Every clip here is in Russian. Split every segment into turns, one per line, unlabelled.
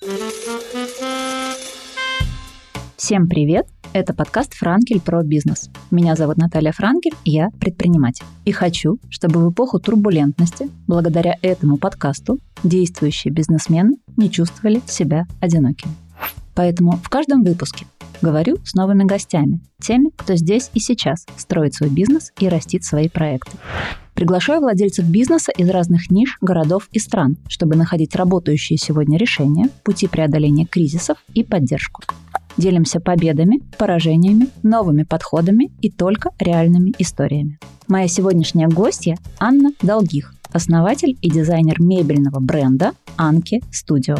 Всем привет! Это подкаст «Франкель про бизнес». Меня зовут Наталья Франкель, и я предприниматель. И хочу, чтобы в эпоху турбулентности, благодаря этому подкасту, действующие бизнесмены не чувствовали себя одинокими. Поэтому в каждом выпуске говорю с новыми гостями, теми, кто здесь и сейчас строит свой бизнес и растит свои проекты. Приглашаю владельцев бизнеса из разных ниш, городов и стран, чтобы находить работающие сегодня решения, пути преодоления кризисов и поддержку. Делимся победами, поражениями, новыми подходами и только реальными историями. Моя сегодняшняя гостья – Анна Долгих, основатель и дизайнер мебельного бренда «Анке Студио».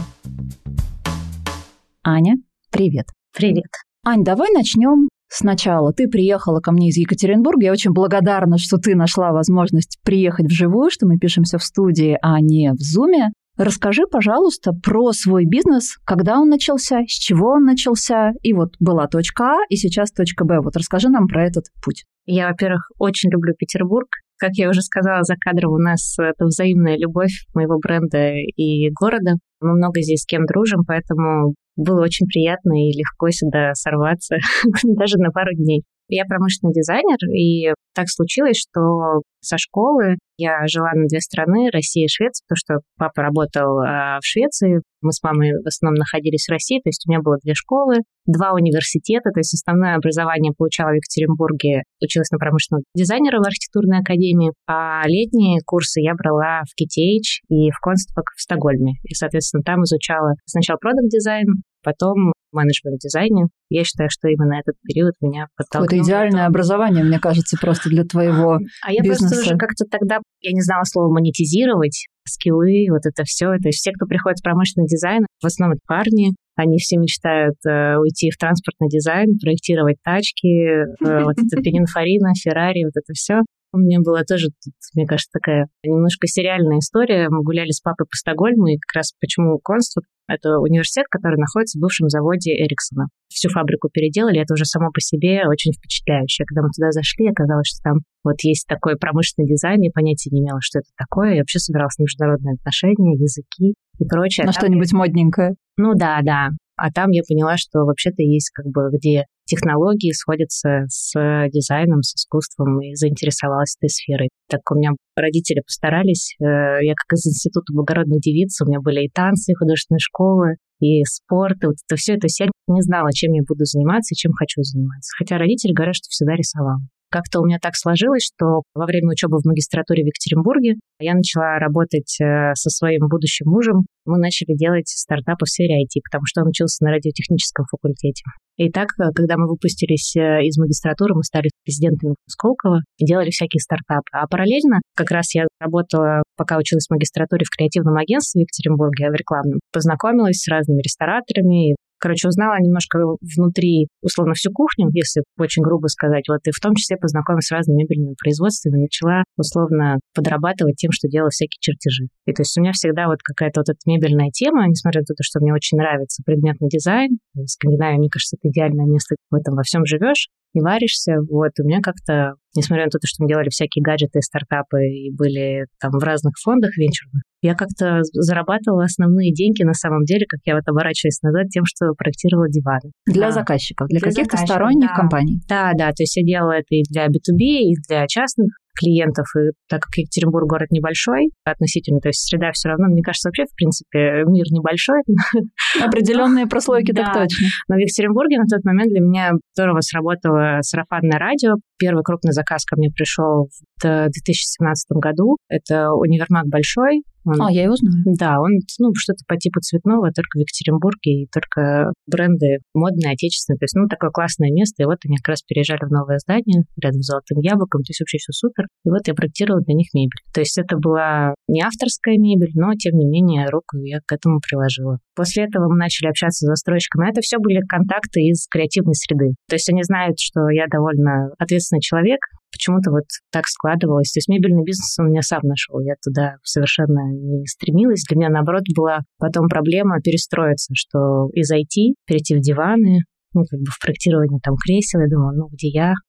Аня, привет.
Привет.
Ань, давай начнем сначала. Ты приехала ко мне из Екатеринбурга. Я очень благодарна, что ты нашла возможность приехать вживую, что мы пишемся в студии, а не в Зуме. Расскажи, пожалуйста, про свой бизнес, когда он начался, с чего он начался, и вот была точка А, и сейчас точка Б. Вот расскажи нам про этот путь.
Я, во-первых, очень люблю Петербург. Как я уже сказала за кадром, у нас это взаимная любовь моего бренда и города. Мы много здесь с кем дружим, поэтому было очень приятно и легко сюда сорваться, даже на пару дней. Я промышленный дизайнер, и так случилось, что со школы я жила на две страны, Россия и Швеция, потому что папа работал в Швеции, мы с мамой в основном находились в России, то есть у меня было две школы, два университета, то есть основное образование получала в Екатеринбурге, училась на промышленного дизайнера в архитектурной академии, а летние курсы я брала в KTH и в Констфак в Стокгольме. И, соответственно, там изучала сначала продакт-дизайн, потом менеджмент дизайне. Я считаю, что именно этот период меня подтолкнул.
Это идеальное образование, мне кажется, просто для твоего
я
бизнеса.
Просто уже как-то тогда, я не знала слова монетизировать, скиллы, вот это все. То есть все, кто приходит в промышленный дизайн, в основном это парни, они все мечтают уйти в транспортный дизайн, проектировать тачки, вот это Пининфорино, Феррари, вот это все. У меня была тоже, мне кажется, такая немножко сериальная история. Мы гуляли с папой по Стокгольму, и как раз почему Констфак — это университет, который находится в бывшем заводе Эриксона. Всю фабрику переделали, это уже само по себе очень впечатляюще. Когда мы туда зашли, оказалось, что там вот есть такой промышленный дизайн, я понятия не имела, что это такое. Я вообще собиралась на международные отношения, языки и прочее.
На что-нибудь модненькое.
Ну да. А там я поняла, что вообще-то есть как бы где технологии сходятся с дизайном, с искусством, и заинтересовалась этой сферой. Так у меня родители постарались. Я как из института благородных девиц, у меня были и танцы, и художественные школы, и спорт, и вот это все. То есть я не знала, чем я буду заниматься и чем хочу заниматься. Хотя родители говорят, что всегда рисовала. Как-то у меня так сложилось, что во время учебы в магистратуре в Екатеринбурге я начала работать со своим будущим мужем. Мы начали делать стартапы в сфере IT, потому что он учился на радиотехническом факультете. И так, когда мы выпустились из магистратуры, мы стали президентами Сколково и делали всякие стартапы. А параллельно как раз я работала, пока училась в магистратуре, в креативном агентстве в Екатеринбурге, в рекламном. Познакомилась с разными рестораторами. Короче, узнала немножко внутри, условно, всю кухню, если очень грубо сказать. Вот, и в том числе познакомилась с разными мебельными производствами, начала, условно, подрабатывать тем, что делала всякие чертежи. И то есть у меня всегда вот какая-то вот эта мебельная тема, несмотря на то, что мне очень нравится предметный дизайн. Скандинавия, мне кажется, это идеальное место, в этом во всем живешь и варишься. Вот, у меня как-то, несмотря на то, что мы делали всякие гаджеты и стартапы и были там в разных фондах венчурных, я как-то зарабатывала основные деньги на самом деле, как я вот оборачиваюсь назад, тем, что проектировала диваны.
Для заказчиков, для каких-то сторонних компаний.
Да, то есть я делала это и для B2B, и для частных клиентов, и так как Екатеринбург город небольшой относительно, то есть среда все равно, мне кажется, вообще, в принципе, мир небольшой.
Определенные прослойки, так точно.
Но в Екатеринбурге на тот момент для меня здорово сработало сарафанное радио. Первый крупный заказ ко мне пришел в 2017 году. Это универмаг большой.
Я его знаю.
Да, он что-то по типу цветного, только в Екатеринбурге, и только бренды модные, отечественные. То есть, такое классное место. И вот они как раз переезжали в новое здание рядом с Золотым яблоком. То есть вообще все супер. И вот я проектировала для них мебель. То есть это была не авторская мебель, но, тем не менее, руку я к этому приложила. После этого мы начали общаться с застройщиками. А это все были контакты из креативной среды. То есть они знают, что я довольно ответственный человек. Почему-то вот так складывалось. То есть мебельный бизнес он меня сам нашел. Я туда совершенно не стремилась. Для меня, наоборот, была потом проблема перестроиться, что из IT перейти в диваны, в проектирование там кресел. Я думала, где я?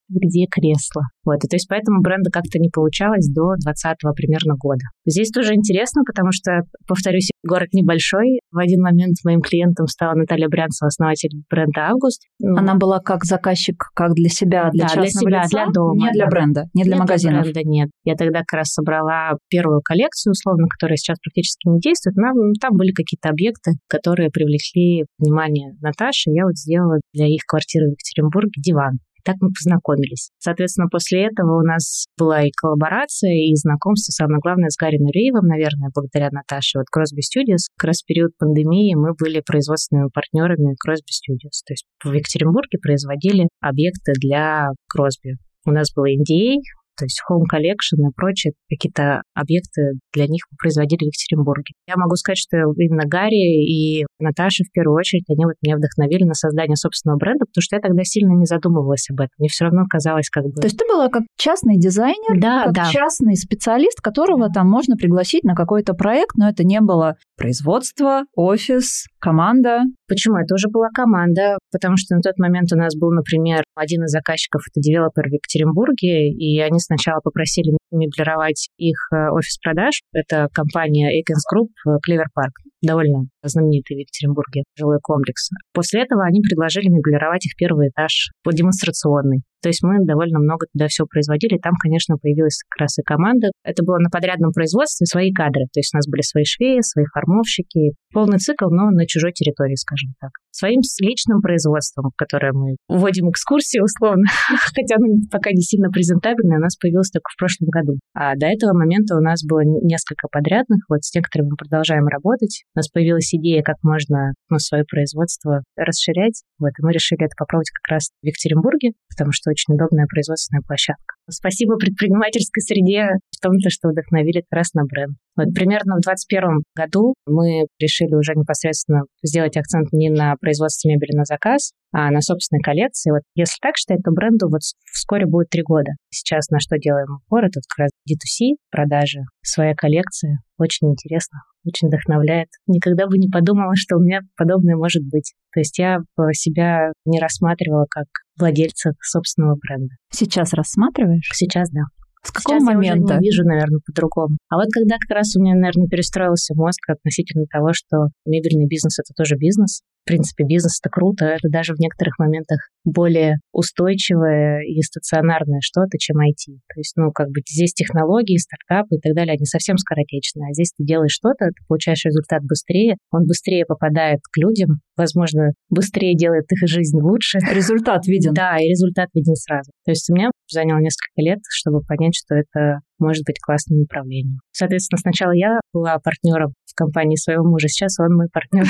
где кресло. Вот, и то есть поэтому бренда как-то не получалось до 2020 примерно года. Здесь тоже интересно, потому что, повторюсь, город небольшой. В один момент моим клиентом стала Наталья Брянцева, основатель бренда «Август».
Она была как заказчик, как для себя, для частного
для себя,
лица,
для дома.
Не для бренда, не для магазинов.
Для бренда, нет. Я тогда как раз собрала первую коллекцию, условно, которая сейчас практически не действует. Там были какие-то объекты, которые привлекли внимание Наташи. Я вот сделала для их квартиры в Екатеринбурге диван. Так мы познакомились. Соответственно, после этого у нас была и коллаборация, и знакомство, самое главное, с Гарри Нуреевым, наверное, благодаря Наташе. Вот Crosby Studios, как раз в период пандемии мы были производственными партнерами Crosby Studios. То есть в Екатеринбурге производили объекты для Crosby. У нас был NDA, то есть Home Collection и прочие какие-то объекты для них мы производили в Екатеринбурге. Я могу сказать, что именно Гарри и Наташа в первую очередь, они вот меня вдохновили на создание собственного бренда, потому что я тогда сильно не задумывалась об этом. Мне все равно казалось как бы...
То есть ты была как частный дизайнер, частный специалист, которого там можно пригласить на какой-то проект, но это не было производство, офис, команда.
Почему? Это уже была команда, потому что на тот момент у нас был, например, один из заказчиков, это девелопер в Екатеринбурге, и они сначала попросили меблировать их офис продаж. Это компания Akins Group Clever Park, довольно знаменитый в Екатеринбурге жилой комплекс. После этого они предложили меблировать их первый этаж демонстрационный. То есть мы довольно много туда всего производили. Там, конечно, появилась как раз и команда. Это было на подрядном производстве, свои кадры. То есть у нас были свои швеи, свои формовщики. Полный цикл, но на чужой территории, скажем так. Своим личным производством, которое мы вводим экскурсии условно, хотя оно пока не сильно презентабельное, у нас появилось только в прошлом году. А до этого момента у нас было несколько подрядных. Вот с некоторыми мы продолжаем работать. У нас появилась идея, как можно свое производство расширять. Вот, и мы решили это попробовать как раз в Екатеринбурге, потому что очень удобная производственная площадка. Спасибо предпринимательской среде в том, что вдохновили как раз на бренд. Вот примерно в 2021 году мы решили уже непосредственно сделать акцент не на производстве мебели на заказ, а на собственной коллекции. Вот если так считать, то бренду вот вскоре будет 3 года. Сейчас на что делаем упор? Это как раз D2C, продажи, своя коллекция. Очень интересно, очень вдохновляет. Никогда бы не подумала, что у меня подобное может быть. То есть я себя не рассматривала как владельца собственного бренда.
Сейчас рассматриваешь?
Сейчас, да.
С какого момента?
Я уже не вижу, наверное, по-другому. А вот когда как раз у меня, наверное, перестроился мозг относительно того, что мебельный бизнес — это тоже бизнес. В принципе, бизнес — это круто. Это даже в некоторых моментах более устойчивое и стационарное что-то, чем IT. То есть, здесь технологии, стартапы и так далее, они совсем скоротечные. А здесь ты делаешь что-то, ты получаешь результат быстрее, он быстрее попадает к людям, возможно, быстрее делает их жизнь лучше.
Результат виден.
Да, и результат виден сразу. То есть у меня заняло несколько лет, чтобы понять, что это может быть классным направлением. Соответственно, сначала я была партнером в компании своего мужа, сейчас он мой партнер.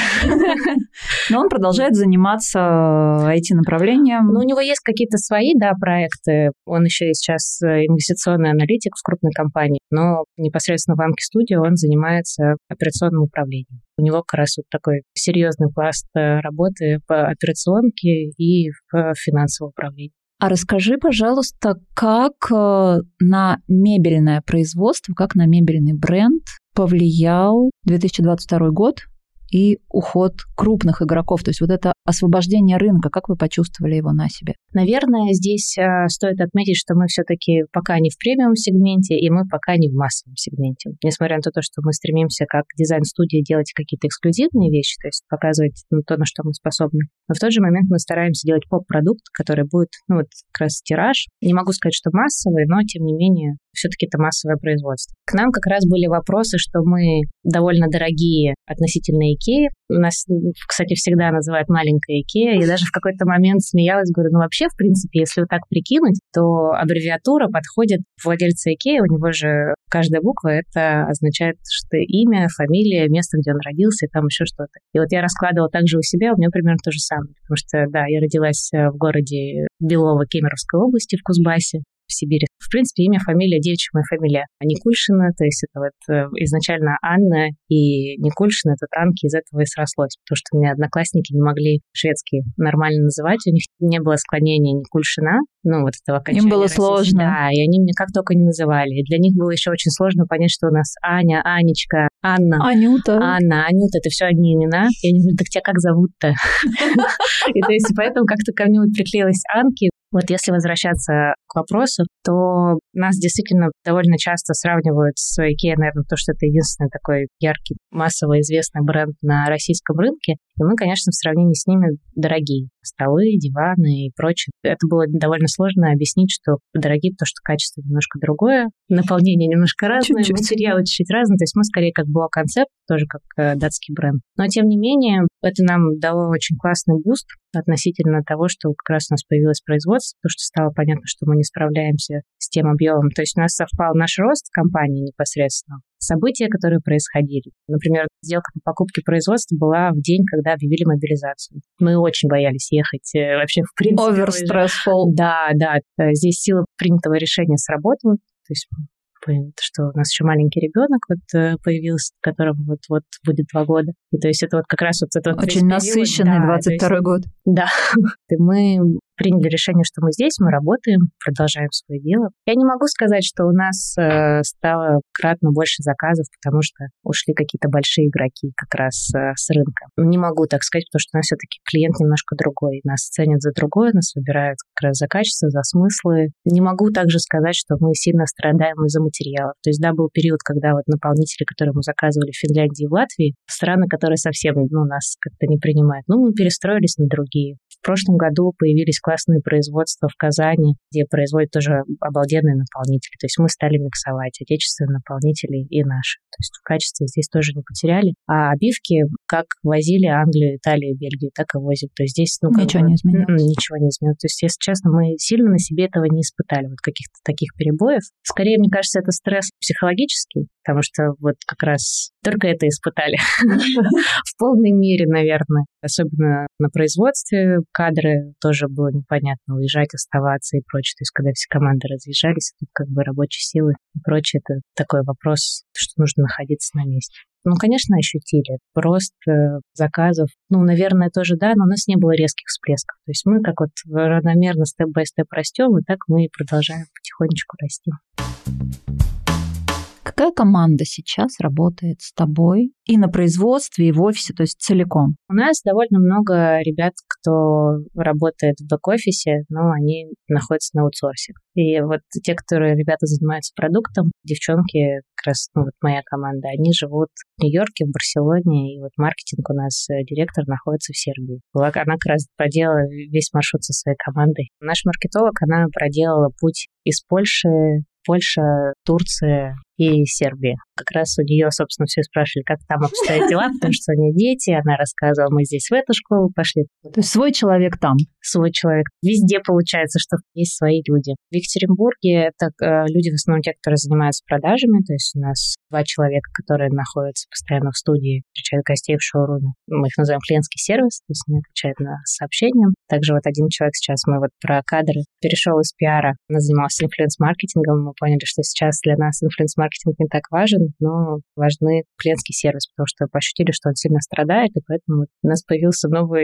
Но он продолжает заниматься IT-направлением.
У него есть какие-то свои, проекты. Он еще и сейчас инвестиционный аналитик в крупной компании, но непосредственно в Anki Studio он занимается операционным управлением. У него как раз вот такой серьезный пласт работы по операционке и в финансовом управлении.
А расскажи, пожалуйста, как на мебельное производство, как на мебельный бренд повлиял 2022 год и уход крупных игроков? То есть вот это освобождение рынка, как вы почувствовали его на себе?
Наверное, здесь стоит отметить, что мы все-таки пока не в премиум-сегменте, и мы пока не в массовом сегменте. Несмотря на то, что мы стремимся как дизайн-студия делать какие-то эксклюзивные вещи, то есть показывать то, на что мы способны. Но в тот же момент мы стараемся делать поп-продукт, который будет, как раз тираж. Не могу сказать, что массовый, но, тем не менее, все-таки это массовое производство. К нам как раз были вопросы, что мы довольно дорогие относительно IKEA. Нас, кстати, всегда называют маленькая IKEA. Я даже в какой-то момент смеялась, говорю, вообще, в принципе, если вот так прикинуть, то аббревиатура подходит владельцу IKEA. У него же каждая буква это означает, что имя, фамилия, место, где он родился, и там еще что-то. И вот я раскладывала также у себя, у меня примерно то же самое. Потому что, я родилась в городе Белово Кемеровской области, в Кузбассе, в Сибири. В принципе, имя, фамилия, девичья моя фамилия Никульшина, то есть это вот изначально Анна и Никульшина, это Анки, из этого и срослось, потому что у меня одноклассники не могли шведский нормально называть, у них не было склонения Никульшина, вот этого окончания.
Им было сложно.
Да, и они меня как только не называли. И для них было еще очень сложно понять, что у нас Аня, Анечка, Анна,
Анюта.
Анна, Анюта, это все одни имена. И они говорят, так тебя как зовут-то? И то есть поэтому как-то ко мне приклеилась Анки. Вот если возвращаться к вопросу, то нас действительно довольно часто сравнивают с IKEA, наверное, потому что это единственный такой яркий, массово известный бренд на российском рынке. И мы, конечно, в сравнении с ними дорогие. Столы, диваны и прочее. Это было довольно сложно объяснить, что дорогие, потому что качество немножко другое, наполнение немножко разное, материалы чуть-чуть разные. То есть мы скорее как Boa-концепт, тоже как датский бренд. Но, тем не менее, это нам дало очень классный буст относительно того, что как раз у нас появилось производство, потому что стало понятно, что мы не справляемся с тем объемом. То есть у нас совпал наш рост компании непосредственно, события, которые происходили. Например, сделка по покупке производства была в день, когда объявили мобилизацию. Мы очень боялись ехать вообще в принципе.
Over-stressful.
Да. Здесь сила принятого решения сработала. То есть что у нас еще маленький ребенок появился, которому вот будет 2 года. И то есть это вот как раз вот это вот
очень насыщенный 22-й год.
Да. И мы приняли решение, что мы здесь, мы работаем, продолжаем свое дело. Я не могу сказать, что у нас стало кратно больше заказов, потому что ушли какие-то большие игроки как раз с рынка. Не могу так сказать, потому что у нас все-таки клиент немножко другой. Нас ценят за другое, нас выбирают как раз за качество, за смыслы. Не могу также сказать, что мы сильно страдаем из-за материалов. То есть, да, был период, когда вот наполнители, которые мы заказывали в Финляндии и в Латвии, страны, которые совсем нас как-то не принимают, мы перестроились на другие. В прошлом году появились классные производства в Казани, где производят тоже обалденные наполнители. То есть мы стали миксовать отечественные наполнители и наши. То есть в качестве здесь тоже не потеряли. А обивки как возили Англию, Италию, Бельгию, так и возим. То есть здесь
ничего не изменилось.
Ничего не изменилось. То есть, если честно, мы сильно на себе этого не испытали, вот каких-то таких перебоев. Скорее, мне кажется, это стресс психологический, потому что вот как раз только это испытали. В полной мере, наверное. Особенно на производстве кадры тоже было непонятно, уезжать, оставаться и прочее. То есть, когда все команды разъезжались, тут как бы рабочей силы и прочее, это такой вопрос, что нужно находиться на месте. Конечно, ощутили. Рост заказов, наверное, тоже да, но у нас не было резких всплесков. То есть мы как вот равномерно степ-бай-степ растем, и так мы и продолжаем потихонечку расти.
Какая команда сейчас работает с тобой и на производстве, и в офисе, то есть целиком?
У нас довольно много ребят, кто работает в бэк-офисе, но они находятся на аутсорсе. И вот те, которые ребята занимаются продуктом, девчонки, как раз моя команда, они живут в Нью-Йорке, в Барселоне, и вот маркетинг у нас директор находится в Сербии. Она как раз проделала весь маршрут со своей командой. Наш маркетолог, она проделала путь из Польша, Турция и Сербия. Как раз у нее, собственно, все спрашивали, как там обстоят дела, потому что у нее дети, она рассказывала, мы здесь в эту школу пошли.
То есть свой человек там?
Свой человек. Везде получается, что есть свои люди. В Екатеринбурге это люди в основном те, которые занимаются продажами, то есть у нас 2 человека, которые находятся постоянно в студии, встречают гостей в шоуруме. Мы их называем клиентский сервис, то есть они отвечают на сообщения. Также вот один человек сейчас, мы вот про кадры, перешел из пиара, он занимался инфлюенс-маркетингом, мы поняли, что сейчас для нас инфлюенс-маркетинг не так важен, но важны клиентский сервис, потому что ощутили, что он сильно страдает, и поэтому у нас появился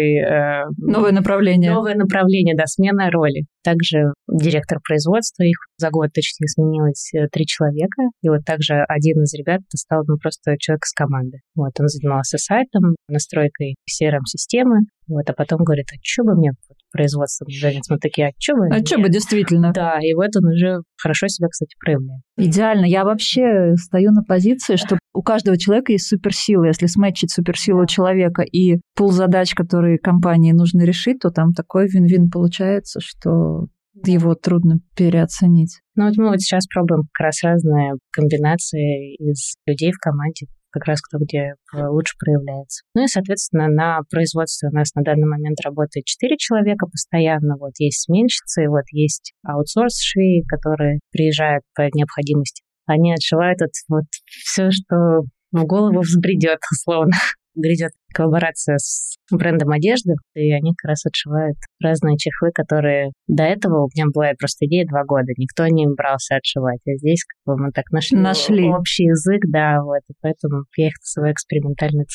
новое направление.
Новое направление, да, смена роли. Также директор производства, их за год точнее сменилось 3 человека, и вот также один из ребят стал просто человек с команды. Вот, он занимался сайтом, настройкой CRM-системы, а потом говорит, а что бы мне производством заняться? Мы такие, а что бы?
А что бы, действительно.
Да, и вот он уже хорошо себя, кстати, проявляет.
Идеально. Я вообще стою на позиции, что у каждого человека есть суперсила. Если сметчить суперсилу человека и пул задач, которые компании нужно решить, то там такой вин-вин получается, что его трудно переоценить.
Мы сейчас пробуем как раз разные комбинации из людей в команде, как раз кто где лучше проявляется. И, соответственно, на производстве у нас на данный момент работает 4 человека постоянно. Есть сменщицы, есть аутсорс-швеи, которые приезжают по необходимости. Они отшивают все, что в голову взбредет, условно. Грядет коллаборация с брендом одежды, и они как раз отшивают разные чехлы, которые до этого у меня была просто идея 2 года. Никто не брался отшивать. А здесь мы так нашли общий язык, да, и поэтому я их называю экспериментальный цех.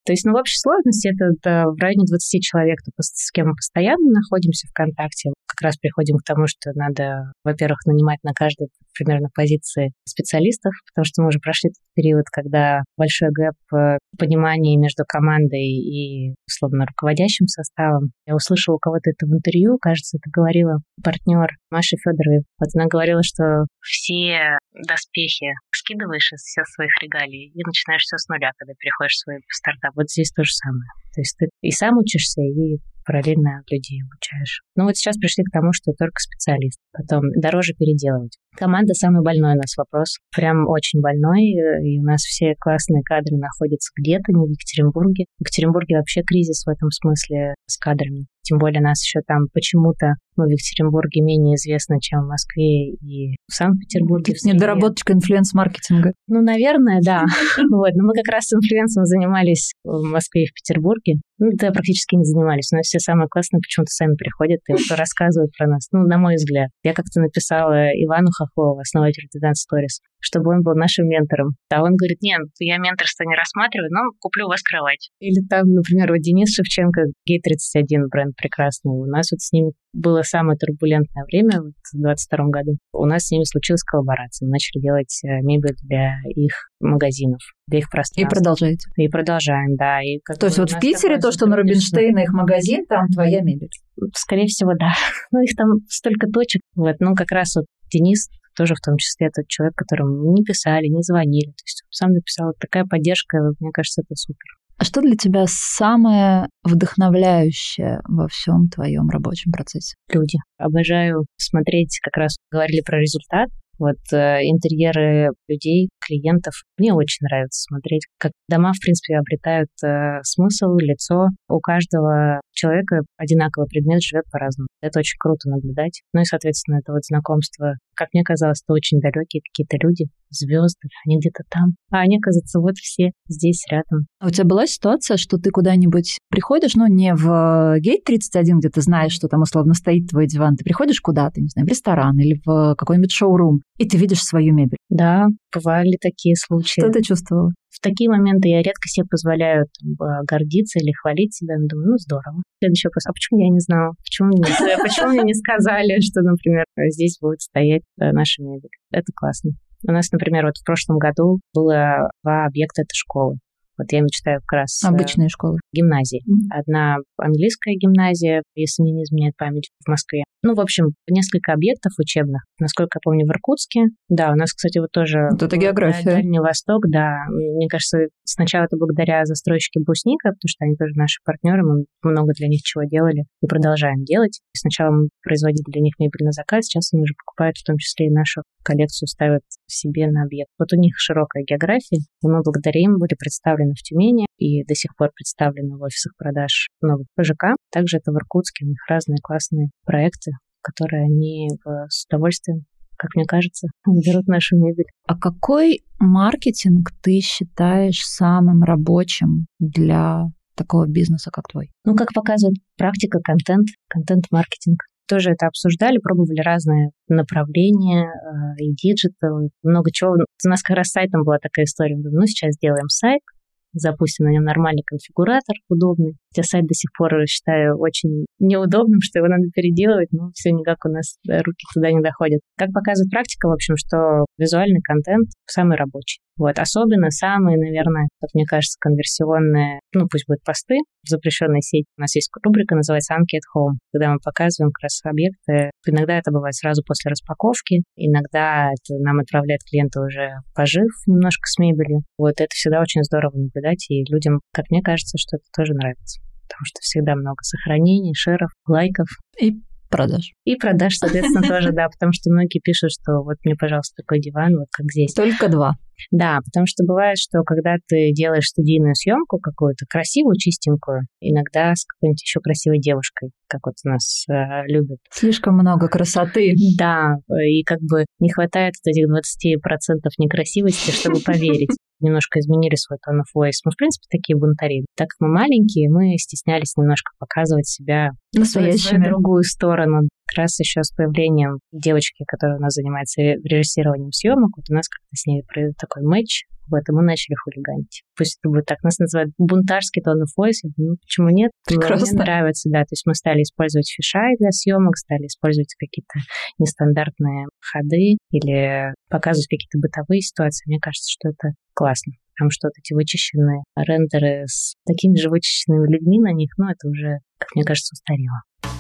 То есть, в общей сложности это в районе 20 человек, с кем мы постоянно находимся в контакте. Как раз приходим к тому, что надо, во-первых, нанимать на каждой примерно позиции специалистов, потому что мы уже прошли тот период, когда большой гэп в понимании между командой и, условно, руководящим составом. Я услышала у кого-то это в интервью, кажется, это говорила партнер Маши Федоровой. Вот она говорила, что все доспехи скидываешь из всех своих регалий и начинаешь все с нуля, когда переходишь в свой стартап. Вот здесь то же самое. То есть ты и сам учишься, и параллельно людей обучаешь. Ну вот сейчас пришли к тому, что только специалист. Потом дороже переделывать. Команда самый больной у нас вопрос. Прям очень больной. И у нас все классные кадры находятся где-то, не в Екатеринбурге. В Екатеринбурге вообще кризис в этом смысле с кадрами. Тем более нас еще там почему-то в Екатеринбурге менее известно, чем в Москве и в Санкт-Петербурге.
Недоработочка инфлюенс-маркетинга.
Ну, наверное, да. Вот. Но мы как раз с инфлюенсом занимались в Москве и в Петербурге. Ну, да, практически не занимались. Но все самые классные почему-то сами приходят и рассказывают про нас. Ну, на мой взгляд. Я как-то написала Ивану Хохлову, основателю Dance Stories, чтобы он был нашим ментором. А он говорит: нет, я менторство не рассматриваю, но куплю у вас кровать. Или там, например, вот Денис Шевченко, Гей-31, бренд прекрасный. У нас вот с ними было самое турбулентное время в 2022 году. У нас с ними случилась коллаборация. Мы начали делать мебель для их магазинов, для их пространства.
И продолжаете?
И продолжаем, да. И
то есть вот в Питере то, что на Рубинштейна их магазин, там твоя мебель?
Скорее всего, да. Ну, их там столько точек. Вот. Ну, как раз вот Денис тоже в том числе тот человек, которому не писали, не звонили. То есть он сам написал. Вот такая поддержка, мне кажется, это супер.
А что для тебя самое вдохновляющее во всем твоем рабочем процессе?
Люди. Обожаю смотреть, как раз говорили про результат. Вот интерьеры людей, клиентов. Мне очень нравится смотреть, как дома, в принципе, обретают смысл, лицо. У каждого человека одинаковый предмет живет по-разному. Это очень круто наблюдать. Ну и, соответственно, это вот знакомство. Как мне казалось, это очень далекие какие-то люди, звезды, они где-то там. А они, оказывается, вот все здесь, рядом.
А у тебя была ситуация, что ты куда-нибудь приходишь, ну, не в Гейт-31, где ты знаешь, что там условно стоит твой диван, ты приходишь куда-то, не знаю, в ресторан или в какой-нибудь шоурум, и ты видишь свою мебель?
Да, бывали такие случаи.
Что ты чувствовала?
В такие моменты я редко себе позволяю гордиться или хвалить себя. Думаю, ну, здорово. Следующий вопрос: а почему я не знала? Почему мне не сказали, что, например, здесь будет стоять наша мебель? Это классно. У нас, например, вот в прошлом году было 2 объекта этой школы. Вот я мечтаю как раз...
Обычные школы.
Гимназии. Одна английская гимназия, если мне не изменяет память, в Москве. Ну, в общем, несколько объектов учебных. Насколько я помню, в Иркутске. Да, у нас, кстати, вот тоже...
Вот это география.
Дальний Восток, да. Мне кажется, сначала это благодаря застройщике Брусника, потому что они тоже наши партнеры, мы много для них чего делали и продолжаем делать. И сначала мы производили для них мебель на заказ, сейчас они уже покупают в том числе и нашу коллекцию, ставят себе на объект. Вот у них широкая география, и мы благодаря им были представлены в Тюмени и до сих пор представлены в офисах продаж новых ПЖК. Также это в Иркутске, у них разные классные проекты, которые они с удовольствием, как мне кажется, берут нашу мебель.
А какой маркетинг ты считаешь самым рабочим для такого бизнеса, как твой?
Ну, как показывает практика, контент-маркетинг. Тоже это обсуждали, пробовали разные направления, и диджитал, много чего. У нас как раз с сайтом была такая история. Ну, сейчас сделаем сайт, запустим на нем нормальный конфигуратор, удобный. Хотя сайт до сих пор считаю очень неудобным, что его надо переделывать, но все никак у нас руки туда не доходят. Как показывает практика, в общем, что визуальный контент самый рабочий. Вот. Особенно самые, наверное, как мне кажется, конверсионные, ну, пусть будут посты в запрещенной сети. У нас есть рубрика, называется Anki at Home, когда мы показываем как раз объекты. Иногда это бывает сразу после распаковки, иногда это нам отправляет клиенты уже пожив немножко с мебелью. Вот это всегда очень здорово наблюдать, и людям, как мне кажется, что это тоже нравится. Потому что всегда много сохранений, шеров, лайков.
И продаж.
И продаж, соответственно, тоже, да, потому что многие пишут, что вот мне, пожалуйста, такой диван, вот как здесь.
Только 2.
Да, потому что бывает, что когда ты делаешь студийную съемку какую-то красивую, чистенькую, иногда с какой-нибудь еще красивой девушкой, как вот у нас любят.
Слишком много красоты.
Да, и как бы не хватает вот этих 20% некрасивости, чтобы поверить. немножко изменили свой tone of voice. Мы, в принципе, такие бунтари. Так как мы маленькие, мы стеснялись немножко показывать себя свою другую сторону. Как раз еще с появлением девочки, которая у нас занимается режиссированием съемок, вот у нас как-то с ней произошел такой матч, вот, и мы начали хулиганить. Пусть это будет так, нас называют бунтарский tone of voice, ну, почему нет?
Прекрасно.
Мне нравится, да, то есть мы стали использовать фишай для съемок, стали использовать какие-то нестандартные ходы или показывать какие-то бытовые ситуации. Мне кажется, что это классно. Потому что вот эти вычищенные рендеры с такими же вычищенными людьми на них, ну, это уже, как мне кажется, устарело.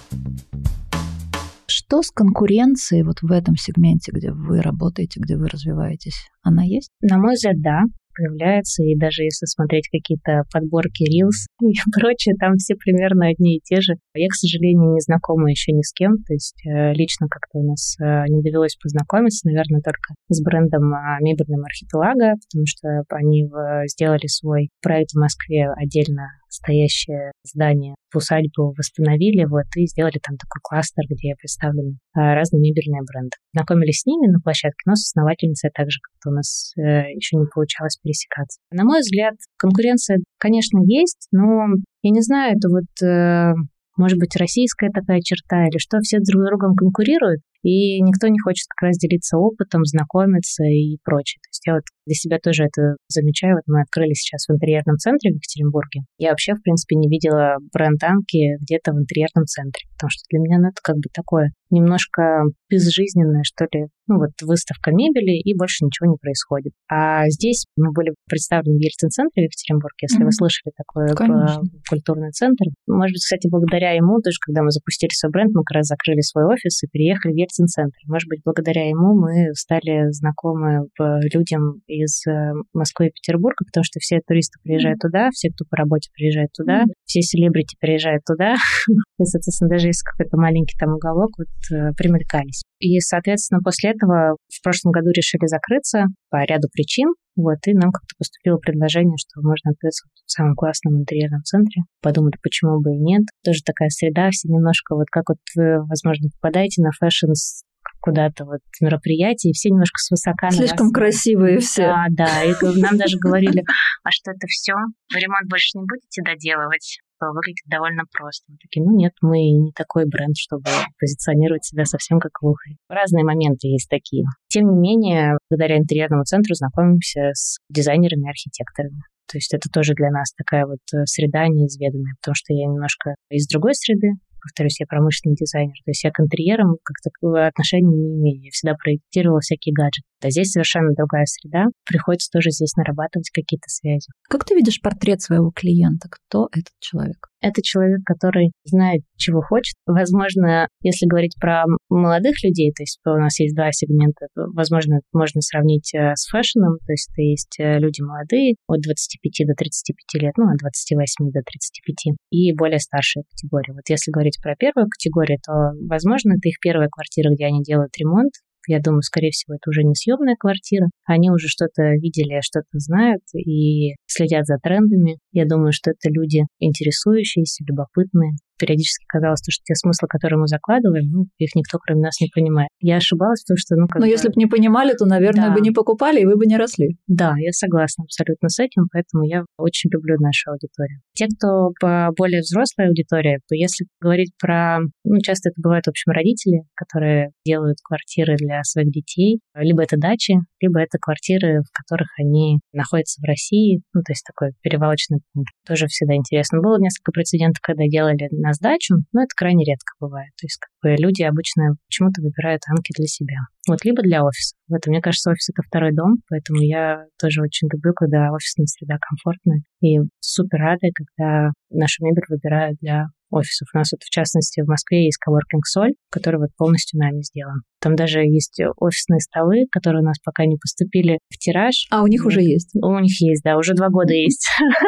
Что с конкуренцией вот в этом сегменте, где вы работаете, где вы развиваетесь? Она есть?
На мой взгляд, да, появляется. И даже если смотреть какие-то подборки Reels и прочее, там все примерно одни и те же. Я, к сожалению, не знакома еще ни с кем. То есть лично как-то у нас не довелось познакомиться, наверное, только с брендом мебельным Архипелага, потому что они сделали свой проект в Москве, отдельно стоящее здание в усадьбу восстановили, вот, и сделали там такой кластер, где представлены разные мебельные бренды. Знакомились с ними на площадке, но с основательницей также как-то у нас еще не получалось пересекаться. На мой взгляд, конкуренция, конечно, есть, но я не знаю, это вот, может быть, российская такая черта или что, все друг с другом конкурируют, и никто не хочет как раз делиться опытом, знакомиться и прочее. То есть я вот для себя тоже это замечаю. Вот мы открыли сейчас в интерьерном центре в Екатеринбурге. Я вообще, в принципе, не видела бренд Анки где-то в интерьерном центре, потому что для меня это как бы такое немножко безжизненное, что ли. Ну вот выставка мебели, и больше ничего не происходит. А здесь мы были представлены в Ельцин-центре в Екатеринбурге, если вы слышали такой культурный центр. Может быть, кстати, благодаря ему, тоже когда мы запустили свой бренд, мы как раз закрыли свой офис и переехали в Ельцин-центр. Может быть, благодаря ему мы стали знакомы людям из Москвы и Петербурга, потому что все туристы приезжают туда, все, кто по работе приезжает туда, все селебрити приезжают туда. И, соответственно, даже если какой-то маленький там уголок, вот примелькались. И, соответственно, после этого в прошлом году решили закрыться по ряду причин. Вот, и нам как-то поступило предложение, что можно открыться в самом классном интерьерном центре. Подумали, почему бы и нет. Тоже такая среда, все немножко, вот как вот вы, возможно, попадаете на фэшн куда-то вот мероприятие, и все немножко свысока.
Слишком красивые все.
Да, да. И нам даже говорили, а что это все? Вы ремонт больше не будете доделывать? Выглядит довольно просто. Мы такие, ну нет, мы не такой бренд, чтобы позиционировать себя совсем как лухарь. Разные моменты есть такие. Тем не менее, благодаря интерьерному центру знакомимся с дизайнерами и архитекторами. То есть это тоже для нас такая вот среда неизведанная, потому что я немножко из другой среды. Повторюсь, я промышленный дизайнер. То есть я к интерьерам как-то отношения не имею. Я всегда проектировала всякие гаджеты. А здесь совершенно другая среда. Приходится тоже здесь нарабатывать какие-то связи.
Как ты видишь портрет своего клиента? Кто этот человек?
Это человек, который знает, чего хочет. Возможно, если говорить про молодых людей, то есть у нас есть два сегмента, возможно, можно сравнить с фэшном, то есть это есть люди молодые от 25 до 35 лет, ну, от 28 до 35, и более старшая категория. Вот если говорить про первую категорию, то, возможно, это их первая квартира, где они делают ремонт. Я думаю, скорее всего, это уже не съемная квартира. Они уже что-то видели, что-то знают и следят за трендами. Я думаю, что это люди интересующиеся, любопытные. Периодически казалось, что те смыслы, которые мы закладываем, ну, их никто, кроме нас, не понимает. Я ошибалась, потому что...
Но если бы не понимали, то, наверное, бы не покупали, и вы бы не росли.
Да, я согласна абсолютно с этим, поэтому я очень люблю нашу аудиторию. Те, кто более взрослая аудитория, то если говорить про... Ну, часто это бывают, в общем, родители, которые делают квартиры для своих детей. Либо это дачи, либо это квартиры, в которых они находятся в России. Ну, то есть такой перевалочный пункт. Тоже всегда интересно. Было несколько прецедентов, когда делали на сдачу, но это крайне редко бывает. То есть как бы люди обычно почему-то выбирают Анки для себя. Вот, либо для офиса. В этом, мне кажется, офис — это второй дом, поэтому я тоже очень люблю, когда офисная среда комфортная. И супер рада, когда нашу мебель выбирают для офисов. У нас вот, в частности, в Москве есть коворкинг «Соль», который вот полностью нами сделан. Там даже есть офисные столы, которые у нас пока не поступили в тираж.
А у них уже есть?
У них есть, да, уже 2 года есть.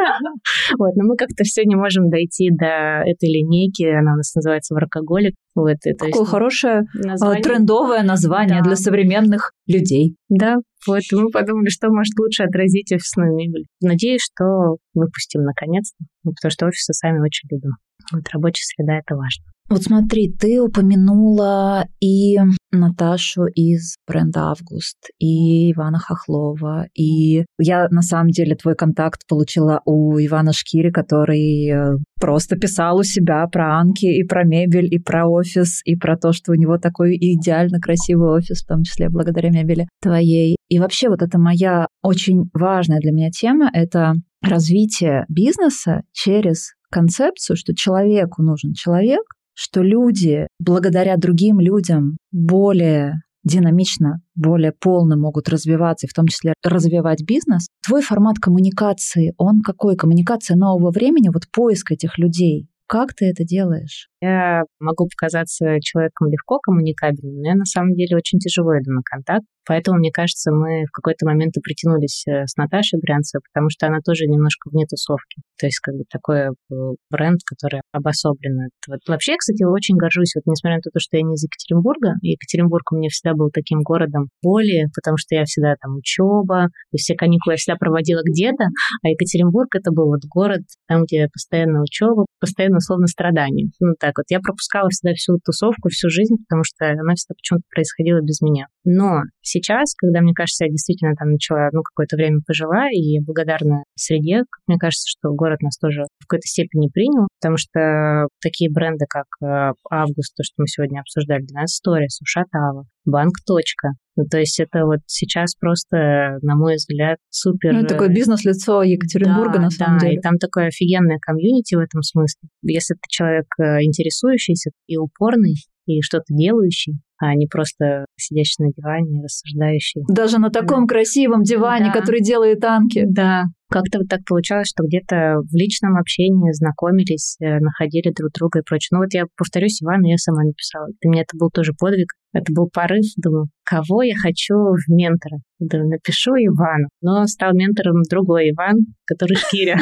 Вот, но мы как-то все не можем дойти до этой линейки. Она у нас называется «Воркоголик». Вот,
какое хорошее трендовое название для современных людей.
Да, вот мы подумали, что может лучше отразить офисную мебель. Надеюсь, что выпустим наконец-то, потому что офисы сами очень любим. Вот рабочая среда — это важно.
Вот смотри, ты упомянула и Наташу из бренда «Август», и Ивана Хохлова. И я, на самом деле, твой контакт получила у Ивана Шкири, который просто писал у себя про Анки и про мебель, и про офис, и про то, что у него такой идеально красивый офис, в том числе благодаря мебели твоей. И вообще вот это моя очень важная для меня тема — это развитие бизнеса через концепцию, что человеку нужен человек, что люди благодаря другим людям более динамично, более полно могут развиваться, и в том числе развивать бизнес. Твой формат коммуникации, он какой? Коммуникация нового времени, вот поиск этих людей. Как ты это делаешь?
Я могу показаться человеком легко коммуникабельным, но я на самом деле очень тяжело иду на контакт. Поэтому, мне кажется, мы в какой-то момент и притянулись с Наташей Брянцевой, потому что она тоже немножко вне тусовки. То есть как бы такой бренд, который обособлен. Вот. Вообще, кстати, очень горжусь, вот несмотря на то, что я не из Екатеринбурга, Екатеринбург у меня всегда был таким городом боли, потому что я всегда там учеба, то есть все каникулы я всегда проводила где-то, а Екатеринбург это был вот город, там, где постоянно учеба, постоянно условно страдания. Ну так вот, я пропускала всегда всю тусовку, всю жизнь, потому что она всегда почему-то происходила без меня. Но сейчас, когда, мне кажется, я действительно там начала, какое-то время пожила, и благодарна среде, как мне кажется, что город нас тоже в какой-то степени принял, потому что такие бренды, как «Август», то, что мы сегодня обсуждали, 12 Stories, Ушатава, Банк. То есть это вот сейчас просто, на мой взгляд, супер...
такое бизнес-лицо Екатеринбурга, на самом деле.
Да, и там такое офигенное комьюнити в этом смысле. Если ты человек интересующийся и упорный, и что-то делающий, а не просто сидящий на диване, рассуждающий.
Даже на таком красивом диване, который делает Анки.
Да. Как-то вот так получалось, что где-то в личном общении знакомились, находили друг друга и прочее. Ну вот я повторюсь, Ивану я сама написала. Для меня это был тоже подвиг, это был порыв. Думаю, кого я хочу в ментора? Думаю, напишу Ивану. Но стал ментором другой Иван, который Шкиря.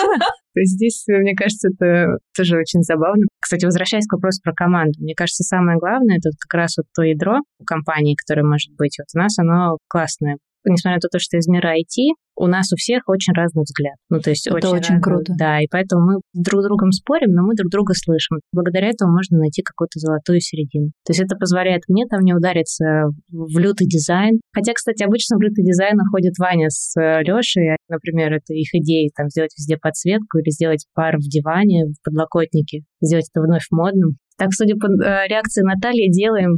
То есть здесь, мне кажется, это тоже очень забавно. Кстати, возвращаясь к вопросу про команду, мне кажется, самое главное, это как раз вот то ядро у компании, которое может быть. Вот у нас оно классное. Несмотря на то, что из мира IT, у нас у всех очень разный взгляд. То есть
это очень круто.
Да, и поэтому мы друг с другом спорим, но мы друг друга слышим. Благодаря этому можно найти какую-то золотую середину. То есть это позволяет мне там не удариться в лютый дизайн. Хотя, кстати, обычно в лютый дизайн уходит Ваня с Лешей. Например, это их идеи, там, сделать везде подсветку или сделать пар в диване, в подлокотнике, сделать это вновь модным. Так, судя по реакции Натальи, делаем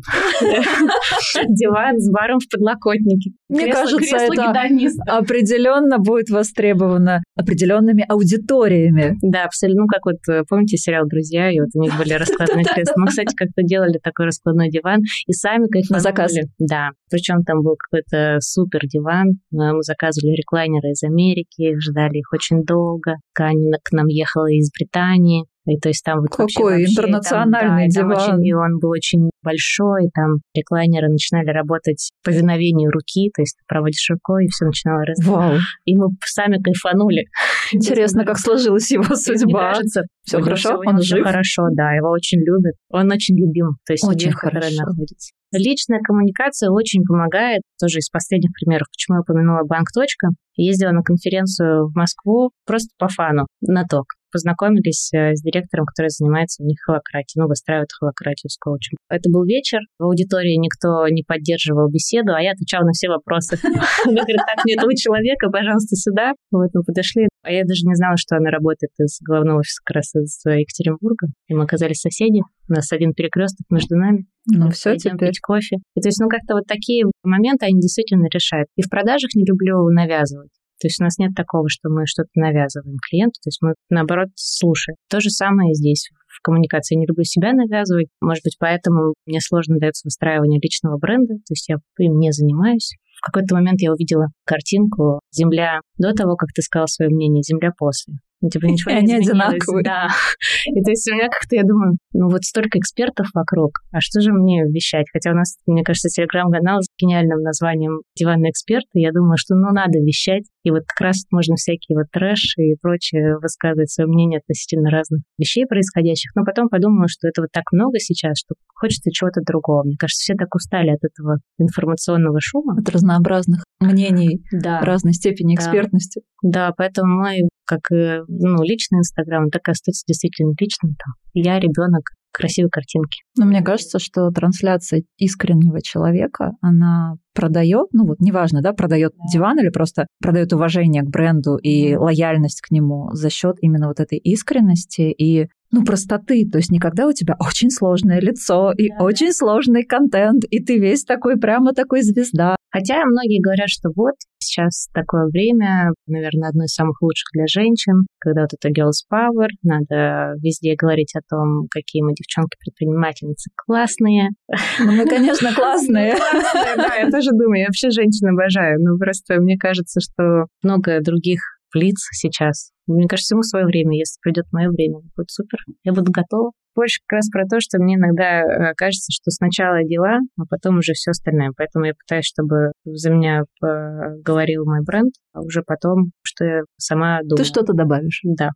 диван с баром в подлокотнике.
Мне кажется, это определенно будет востребовано определенными аудиториями.
Да, абсолютно. Как вот, помните сериал «Друзья», и вот у них были раскладные кресла. Мы, кстати, как-то делали такой раскладной диван и сами кайфанули.
На заказ.
Да. Причем там был какой-то супер диван. Мы заказывали реклайнеры из Америки, ждали их очень долго. Ткань к нам ехала из Британии. И то есть там вот
какой интернациональный диван.
И он был очень большой, там реклайнеры начинали работать по повиновению руки, то есть ты проводишь рукой, и все начинало расти.
Вау.
И мы сами кайфанули.
Интересно, как сложилась его судьба. Все хорошо? Он жив?
Хорошо, да, его очень любят. Он очень любим, то есть
очень
в которой находится. Личная коммуникация очень помогает, тоже из последних примеров, почему я упомянула Банк. Ездила на конференцию в Москву просто по фану, на ТОК. Познакомились с директором, который занимается у них холакратией, выстраивает холакратию с коучем. Это был вечер, в аудитории никто не поддерживал беседу, а я отвечала на все вопросы. Она говорит, так, нет, вы человека, пожалуйста, сюда. Вот мы подошли, а я даже не знала, что она работает из главного офиса как раз из Екатеринбурга. И мы оказались соседи, у нас один перекресток между нами.
Ну все, теперь
пить кофе. И то есть, как-то вот такие моменты, они действительно решают. И в продажах не люблю навязывать. То есть у нас нет такого, что мы что-то навязываем клиенту, то есть мы, наоборот, слушаем. То же самое и здесь в коммуникации. Я не люблю себя навязывать, может быть, поэтому мне сложно дается выстраивание личного бренда, то есть я им не занимаюсь. В какой-то момент я увидела картинку «Земля до того, как ты сказал свое мнение, земля после». Ничего не изменилось.
Одинаковые.
Да. И то есть у меня как-то, я думаю, вот столько экспертов вокруг, а что же мне вещать? Хотя у нас, мне кажется, телеграм-канал с гениальным названием «Диванный эксперт», и я думаю, что надо вещать. И вот как раз можно всякие трэш и прочее высказывать свое мнение относительно разных вещей происходящих. Но потом подумала, что этого так много сейчас, что хочется чего-то другого. Мне кажется, все так устали от этого информационного шума.
От разнообразных мнений, разной степени экспертности.
Да, поэтому мы, как личный Инстаграм, так и остается действительно личным. Там. Я ребенок, красивой картинки.
Но мне кажется, что трансляция искреннего человека, она продает, неважно, продает диван или просто продает уважение к бренду и лояльность к нему за счет именно вот этой искренности и простоты. То есть никогда у тебя очень сложное лицо и очень сложный контент, и ты весь такой, прямо такой звезда.
Хотя многие говорят, что вот сейчас такое время, наверное, одно из самых лучших для женщин, когда вот это girls power, надо везде говорить о том, какие мы девчонки-предпринимательницы классные.
Мы, конечно, классные.
Да, я тоже думаю, я вообще женщин обожаю, просто мне кажется, что много других лиц сейчас. Мне кажется, всему свое время. Если придет мое время, будет супер. Я буду готова. Больше как раз про то, что мне иногда кажется, что сначала дела, а потом уже все остальное. Поэтому я пытаюсь, чтобы за меня говорил мой бренд, а уже потом, что я сама думаю.
Ты что-то добавишь?
Да.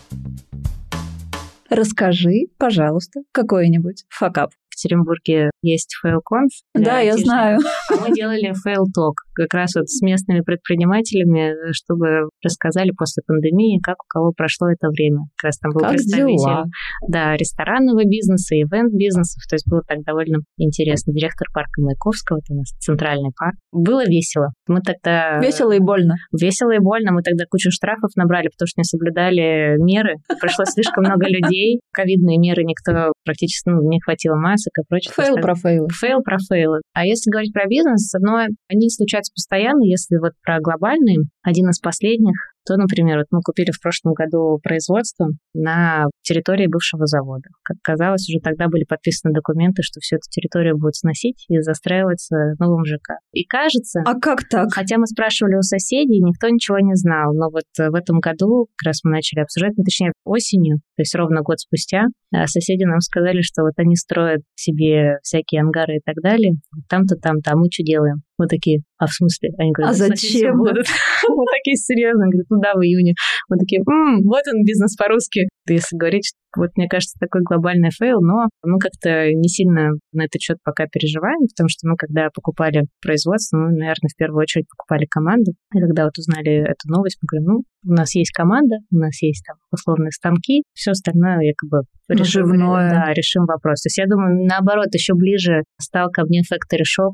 Расскажи, пожалуйста, какой-нибудь факап.
В Екатеринбурге есть FailConf.
Да, я знаю.
А мы делали FailTalk как раз вот с местными предпринимателями, чтобы рассказали после пандемии, как у кого прошло это время. Как раз там был представитель ресторанного бизнеса, ивент-бизнесов. То есть было так довольно интересно. Директор парка Маяковского, это у нас центральный парк. Было весело. Мы тогда...
Весело и больно.
Весело и больно. Мы тогда кучу штрафов набрали, потому что не соблюдали меры. Прошло слишком много людей. Ковидные меры никто практически не хватило масок и прочее.
Фейл про фейлы.
Фейл про фейлы. А если говорить про бизнес, они случаются постоянно. Если вот про глобальные, один из последних, то, например, мы купили в прошлом году производство на территории бывшего завода. Как казалось, уже тогда были подписаны документы, что всю эту территорию будут сносить и застраиваться новым ЖК. И кажется...
А как так?
Хотя мы спрашивали у соседей, никто ничего не знал. Но вот в этом году как раз мы начали обсуждать, точнее, осенью, то есть ровно год спустя, соседи нам сказали, что вот они строят себе всякие ангары и так далее, там-то, там-то, а мы что делаем? Мы такие, в смысле? Они говорят,
зачем?
Мы такие серьезно, говорят, в июне. Мы такие, вот он бизнес по-русски. Если говорить, вот мне кажется, такой глобальный фейл, но мы как-то не сильно на этот счет пока переживаем, потому что мы, когда покупали производство, мы, наверное, в первую очередь покупали команду. И когда вот узнали эту новость, мы говорим, у нас есть команда, у нас есть там условные станки, все остальное якобы решим вопрос. То есть я думаю, наоборот, еще ближе стал ко мне Factory Shop,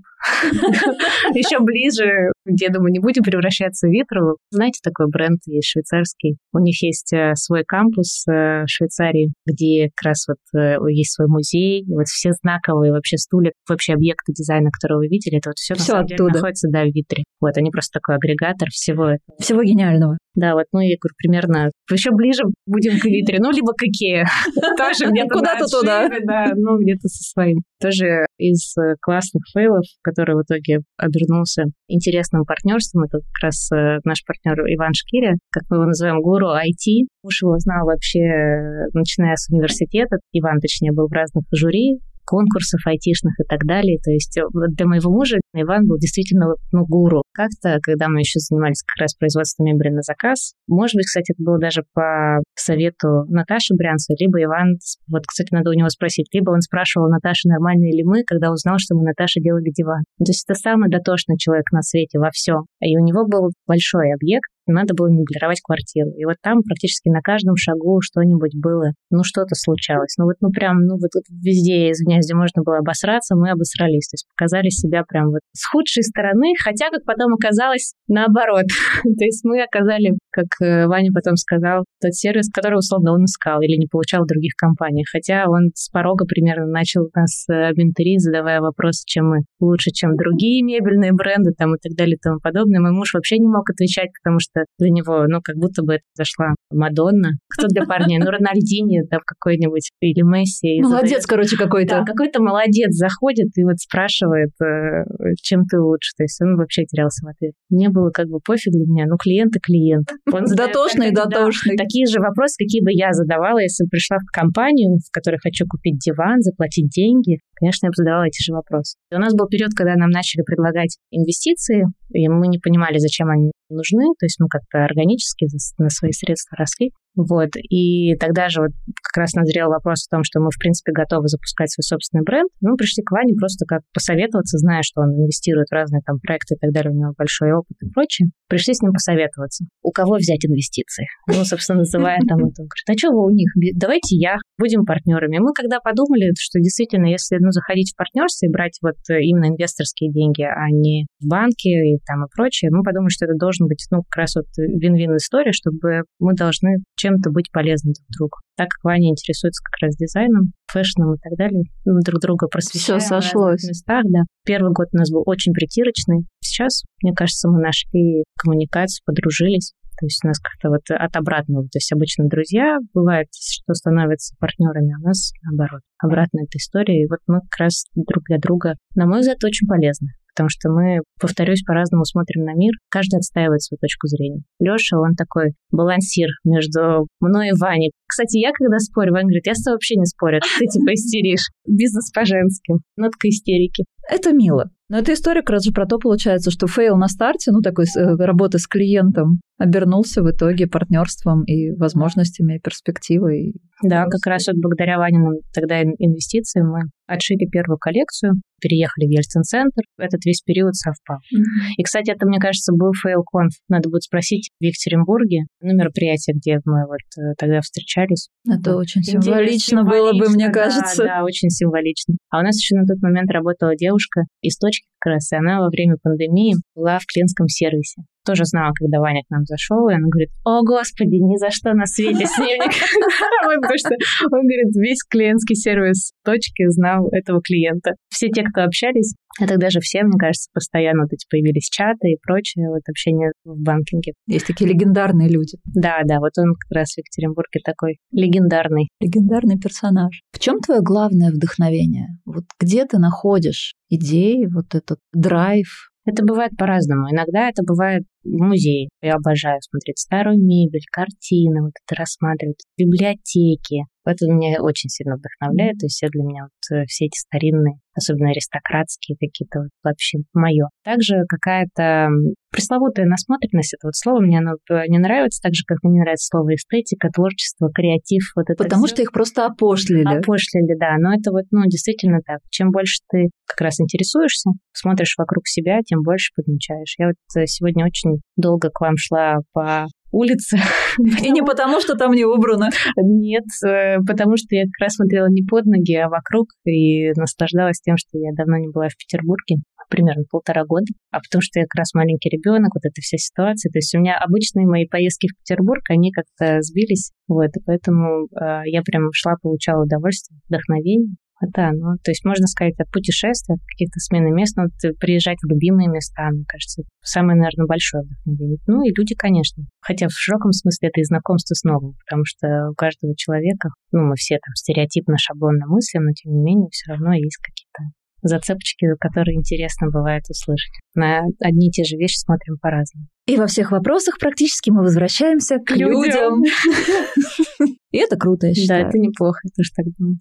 еще ближе, где, думаю, не будем превращаться в Витру. Знаете, такой бренд есть швейцарский. У них есть свой кампус в Швейцарии, где как раз вот есть свой музей, и вот все знаковые вообще стулья, вообще объекты дизайна, которые вы видели, это вот все на самом деле находится, в Витре. Вот, они просто такой агрегатор всего этого.
Всего гениального.
Да, вот, я говорю, примерно еще ближе будем к Витре, либо к Икее. Тоже где-то
куда-то туда.
Да, где-то со своим. Тоже из классных фейлов, который в итоге обернулся интересным партнерством. Это как раз наш партнер Иван Шкиря, как мы его называем, гуру IT. Муж его знал вообще, начиная с университета. Иван, точнее, был в разных жюри, конкурсов айтишных и так далее. То есть для моего мужа Иван был действительно гуру. Как-то, когда мы еще занимались как раз производством мебели на заказ, может быть, кстати, это было даже по совету Наташи Брянцевой, либо Иван, вот, кстати, надо у него спросить, либо он спрашивал Наташи, нормальные ли мы, когда узнал, что мы Наташе делали диван. То есть это самый дотошный человек на свете во всем. И у него был большой объект, надо было меблировать квартиру. И вот там практически на каждом шагу что-нибудь было, что-то случалось. Прям везде, извиняюсь, где можно было обосраться, мы обосрались. То есть показали себя прям вот с худшей стороны, хотя, как потом оказалось, наоборот. То есть мы оказали, как Ваня потом сказал, тот сервис, который, условно, он искал или не получал в других компаниях. Хотя он с порога примерно начал нас менторить, задавая вопросы, чем мы лучше, чем другие мебельные бренды там, и так далее и тому подобное. Мой муж вообще не мог отвечать, потому что для него, как будто бы это зашла Мадонна. Кто для парней? Рональдини, какой-нибудь, или Месси.
Молодец, какой-то.
Да, какой-то молодец заходит и вот спрашивает, чем ты лучше. То есть он вообще терялся в ответ. Мне было пофиг для меня, клиент и клиент.
Дотошный.
Такие же вопросы, какие бы я задавала, если бы пришла в компанию, в которой хочу купить диван, заплатить деньги. Конечно, я бы задавала эти же вопросы. И у нас был период, когда нам начали предлагать инвестиции, и мы не понимали, зачем они нужны, то есть мы как-то органически на свои средства росли. Вот. И тогда же вот как раз назрел вопрос о том, что мы, в принципе, готовы запускать свой собственный бренд. Мы пришли к Ване просто как посоветоваться, зная, что он инвестирует в разные там проекты и так далее, у него большой опыт и прочее. Пришли с ним посоветоваться. У кого взять инвестиции? Ну, собственно, называя там это. Он говорит, а что вы у них? Давайте я, будем партнерами. Мы когда подумали, что действительно, если заходить в партнерство и брать вот именно инвесторские деньги, а не в банки и там и прочее, мы подумали, что это должен быть, как раз вот вин-вин история, чтобы мы должны чем-то быть полезны друг другу. Так как Ваня интересуется как раз дизайном, фэшном и так далее, мы друг друга просвещаем
Все сошлось.
В местах, да. Первый год у нас был очень притирочный. Сейчас, мне кажется, мы нашли коммуникацию, подружились. То есть у нас как-то вот от обратного. То есть обычно друзья, бывает, что становятся партнерами, а у нас наоборот. Обратная эта история. И вот мы как раз друг для друга, на мой взгляд, очень полезны. Потому что мы, повторюсь, по-разному смотрим на мир. Каждый отстаивает свою точку зрения. Леша, он такой балансир между мной и Ваней. Кстати, я когда спорю, Ваня говорит, я с тобой вообще не спорю, ты типа истеришь. Бизнес по-женски. Нотка истерики.
Это мило. Но эта история как раз же про то, получается, что фейл на старте, такой работы с клиентом, обернулся в итоге партнерством и возможностями, и перспективой.
Да, как раз вот благодаря Ваниным тогда инвестициям мы отшили первую коллекцию, переехали в Ельцин-центр. Этот весь период совпал. И, кстати, это, мне кажется, был FailConf. Надо будет спросить в Екатеринбурге, мероприятие, где мы вот тогда встречались.
Это очень символично было бы, мне кажется.
Да, очень символично. А у нас еще на тот момент работала девушка из точки как раз, и она во время пандемии была в клиентском сервисе. Тоже знала, когда Ваня к нам зашел, и она говорит, о, господи, ни за что на свете с ним никогда. Потому что он говорит, весь клиентский сервис точки знал этого клиента. Все те, кто общались, а тогда же все, мне кажется, постоянно вот эти появились чаты и прочее, вот общение в банкинге.
Есть такие легендарные люди.
Да, вот он как раз в Екатеринбурге такой легендарный.
Легендарный персонаж. В чем твое главное вдохновение? Вот где ты находишь идеи, вот этот драйв?
Это бывает по-разному. Иногда это бывает в музее. Я обожаю смотреть старую мебель, картины, вот это рассматривать, библиотеки. Это меня очень сильно вдохновляет. То есть все для меня вот все эти старинные, особенно аристократские какие-то, вот вообще мое. Также какая-то пресловутая насмотренность, это вот слово, мне оно не нравится, так же, как мне не нравится слово эстетика, творчество, креатив. Вот это
потому
всё.
Что их просто опошлили.
Опошлили, да. Но это вот, действительно так. Чем больше ты как раз интересуешься, смотришь вокруг себя, тем больше подмечаешь. Я вот сегодня очень долго к вам шла по улице.
И не потому, что там не убрано.
Нет, потому что я как раз смотрела не под ноги, а вокруг и наслаждалась тем, что я давно не была в Петербурге, примерно 1,5 года, а потому что я как раз маленький ребенок, вот эта вся ситуация. То есть у меня обычные мои поездки в Петербург, они как-то сбились, вот, и поэтому я прям шла, получала удовольствие, вдохновение. Да, то есть можно сказать, от путешествия, от каких-то смены мест, приезжать в любимые места, мне кажется, самое, наверное, большое вдохновение. И люди, конечно. Хотя в широком смысле это и знакомство с новым, потому что у каждого человека, мы все там стереотипно, шаблонно мыслим, но тем не менее все равно есть какие-то зацепочки, которые интересно бывает услышать. На одни и те же вещи смотрим по-разному.
И во всех вопросах практически мы возвращаемся к людям. И это круто, я считаю.
Да, это неплохо, я тоже так думаю.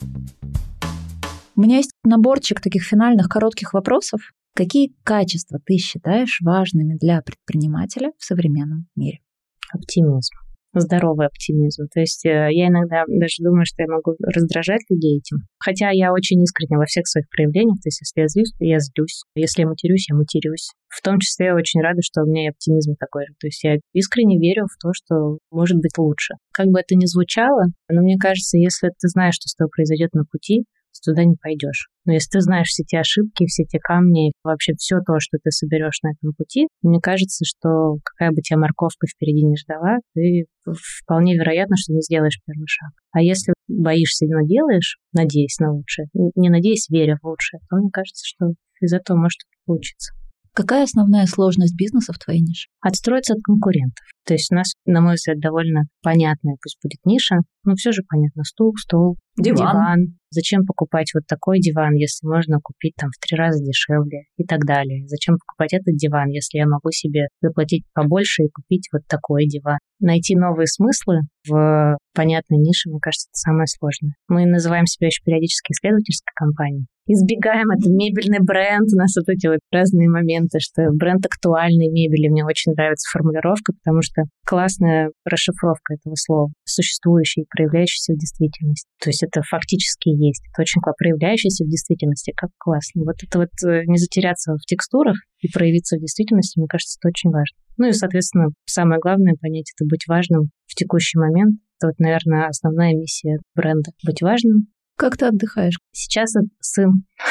У меня есть наборчик таких финальных коротких вопросов. Какие качества ты считаешь важными для предпринимателя в современном мире?
Оптимизм. Здоровый оптимизм. То есть я иногда даже думаю, что я могу раздражать людей этим. Хотя я очень искренне во всех своих проявлениях. То есть если я злюсь, то я злюсь. Если я матерюсь, я матерюсь. В том числе я очень рада, что у меня и оптимизм такой же. То есть я искренне верю в то, что может быть лучше. Как бы это ни звучало, но мне кажется, если ты знаешь, что с тобой произойдет на пути, туда не пойдешь. Но если ты знаешь все те ошибки, все те камни, вообще все то, что ты соберешь на этом пути, мне кажется, что какая бы тебя морковка впереди не ждала, ты вполне вероятно, что не сделаешь первый шаг. А если боишься, но делаешь, надеясь на лучшее, не надеясь, веря в лучшее, то мне кажется, что из этого может получиться.
Какая основная сложность бизнеса в твоей нише?
Отстроиться от конкурентов. То есть у нас, на мой взгляд, довольно понятная, пусть будет ниша, но все же понятно. Стул, стол,
Диван.
Зачем покупать вот такой диван, если можно купить там в 3 раза дешевле и так далее? Зачем покупать этот диван, если я могу себе заплатить побольше и купить вот такой диван? Найти новые смыслы в понятной нише, мне кажется, это самое сложное. Мы называем себя еще периодически исследовательской компанией. Избегаем, это мебельный бренд, у нас вот эти вот разные моменты, что бренд актуальной мебели. Мне очень нравится формулировка, потому что классная расшифровка этого слова, существующей, проявляющейся в действительности. То есть это фактически есть. Это очень классно. Проявляющийся в действительности, как классно. Вот это вот не затеряться в текстурах и проявиться в действительности, мне кажется, это очень важно. Ну и, соответственно, самое главное понять — это быть важным в текущий момент. Это вот, наверное, основная миссия бренда — быть важным.
Как ты отдыхаешь?
Сейчас сын.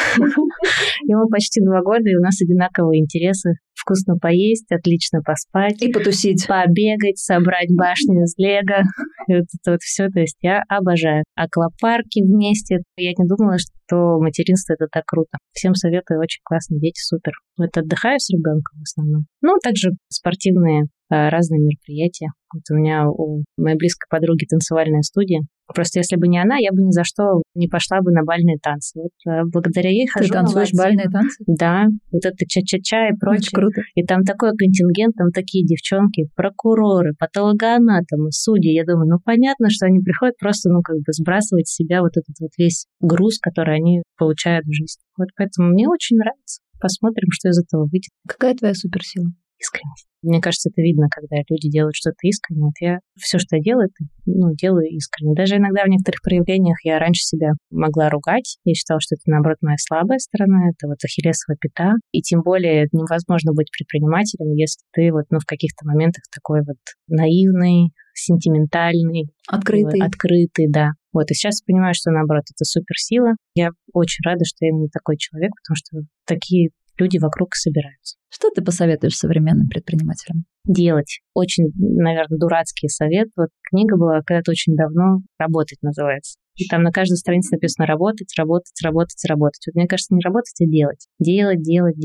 Ему почти 2 года, и у нас одинаковые интересы. Вкусно поесть, отлично поспать.
И потусить.
Побегать, собрать башню из лего. И вот это вот все. То есть я обожаю. Аквапарки вместе. Я не думала, что материнство — это так круто. Всем советую, очень классно. Дети супер. Вот отдыхаю с ребенком в основном. Ну, также спортивные разные мероприятия. Вот у меня у моей близкой подруги танцевальная студия. Просто если бы не она, я бы ни за что не пошла бы на бальные танцы. Вот благодаря ей хожу.
Ты танцуешь бальные танцы?
Да, вот это ча-ча-ча и прочее.
Очень круто.
И там такой контингент, там такие девчонки, прокуроры, патологоанатомы, судьи. Я думаю, понятно, что они приходят просто, сбрасывать с себя вот этот вот весь груз, который они получают в жизни. Вот поэтому мне очень нравится. Посмотрим, что из этого выйдет.
Какая твоя суперсила?
Искренность. Мне кажется, это видно, когда люди делают что-то искренне. Вот я все, что я делаю, делаю искренне. Даже иногда в некоторых проявлениях я раньше себя могла ругать. Я считала, что это, наоборот, моя слабая сторона, это вот ахиллесова пята. И тем более невозможно быть предпринимателем, если ты в каких-то моментах такой вот наивный, сентиментальный. Открытый, да. Вот, и сейчас я понимаю, что, наоборот, это суперсила. Я очень рада, что я именно такой человек, потому что такие люди вокруг собираются.
Что ты посоветуешь современным предпринимателям?
Делать. Очень, наверное, дурацкий совет. Вот книга была когда-то очень давно, «Работать» называется. И там на каждой странице написано «работать, работать, работать, работать». Вот мне кажется, не работать, а делать. Делать.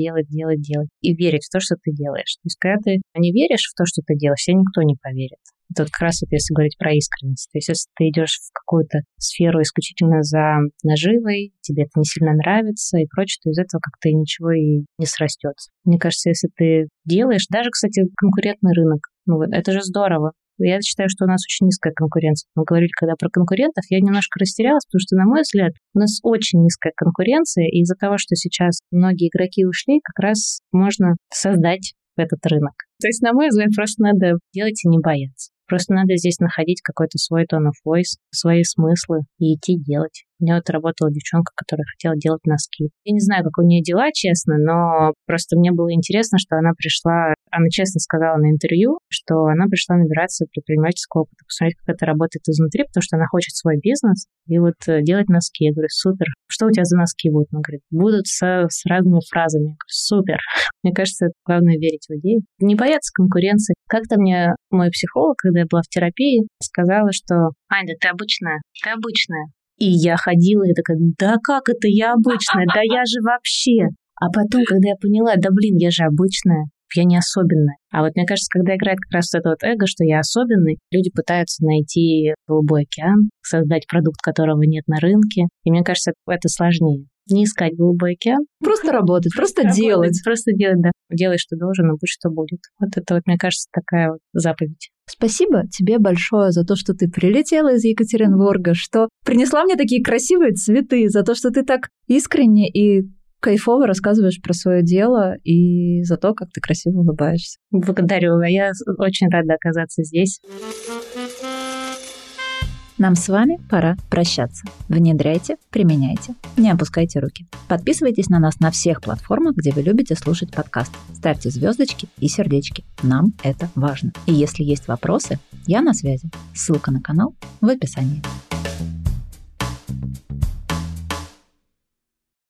И верить в то, что ты делаешь. То есть, когда ты не веришь в то, что ты делаешь, тебе никто не поверит. Это вот как раз если говорить про искренность. То есть, если ты идешь в какую-то сферу исключительно за наживой, тебе это не сильно нравится и прочее, то из этого как-то ничего и не срастется. Мне кажется, если ты делаешь, даже, кстати, конкурентный рынок, это же здорово. Я считаю, что у нас очень низкая конкуренция. Мы говорили когда про конкурентов, я немножко растерялась, потому что, на мой взгляд, у нас очень низкая конкуренция, и из-за того, что сейчас многие игроки ушли, как раз можно создать этот рынок. То есть, на мой взгляд, просто надо делать и не бояться. Просто надо здесь находить какой-то свой tone of voice, свои смыслы и идти делать. У меня работала девчонка, которая хотела делать носки. Я не знаю, как у нее дела, честно, но просто мне было интересно, что она честно сказала на интервью, что она пришла набираться предпринимательского опыта, посмотреть, как это работает изнутри, потому что она хочет свой бизнес и делать носки. Я говорю, супер. Что у тебя за носки будут? Она говорит, будут с разными фразами. Я говорю, супер. Мне кажется, главное верить в идею. Не бояться конкуренции. Как-то мне мой психолог, когда я была в терапии, сказала, что «Ань, да ты обычная. И я ходила и такая, да как это я обычная? Да я же вообще. А потом, когда я поняла, я же обычная, я не особенная. А вот мне кажется, когда играет как раз это эго, что я особенный, люди пытаются найти голубой океан, создать продукт, которого нет на рынке. И мне кажется, это сложнее. Не искать голубой океан.
Просто работать, просто делать.
Просто делать, да. Делай, что должен, и будь, что будет. Вот это мне кажется, такая заповедь.
Спасибо тебе большое за то, что ты прилетела из Екатеринбурга, что принесла мне такие красивые цветы, за то, что ты так искренне и кайфово рассказываешь про свое дело и за то, как ты красиво улыбаешься.
Благодарю. Я очень рада оказаться здесь.
Нам с вами пора прощаться. Внедряйте, применяйте, не опускайте руки. Подписывайтесь на нас на всех платформах, где вы любите слушать подкаст. Ставьте звездочки и сердечки. Нам это важно. И если есть вопросы, я на связи. Ссылка на канал в описании.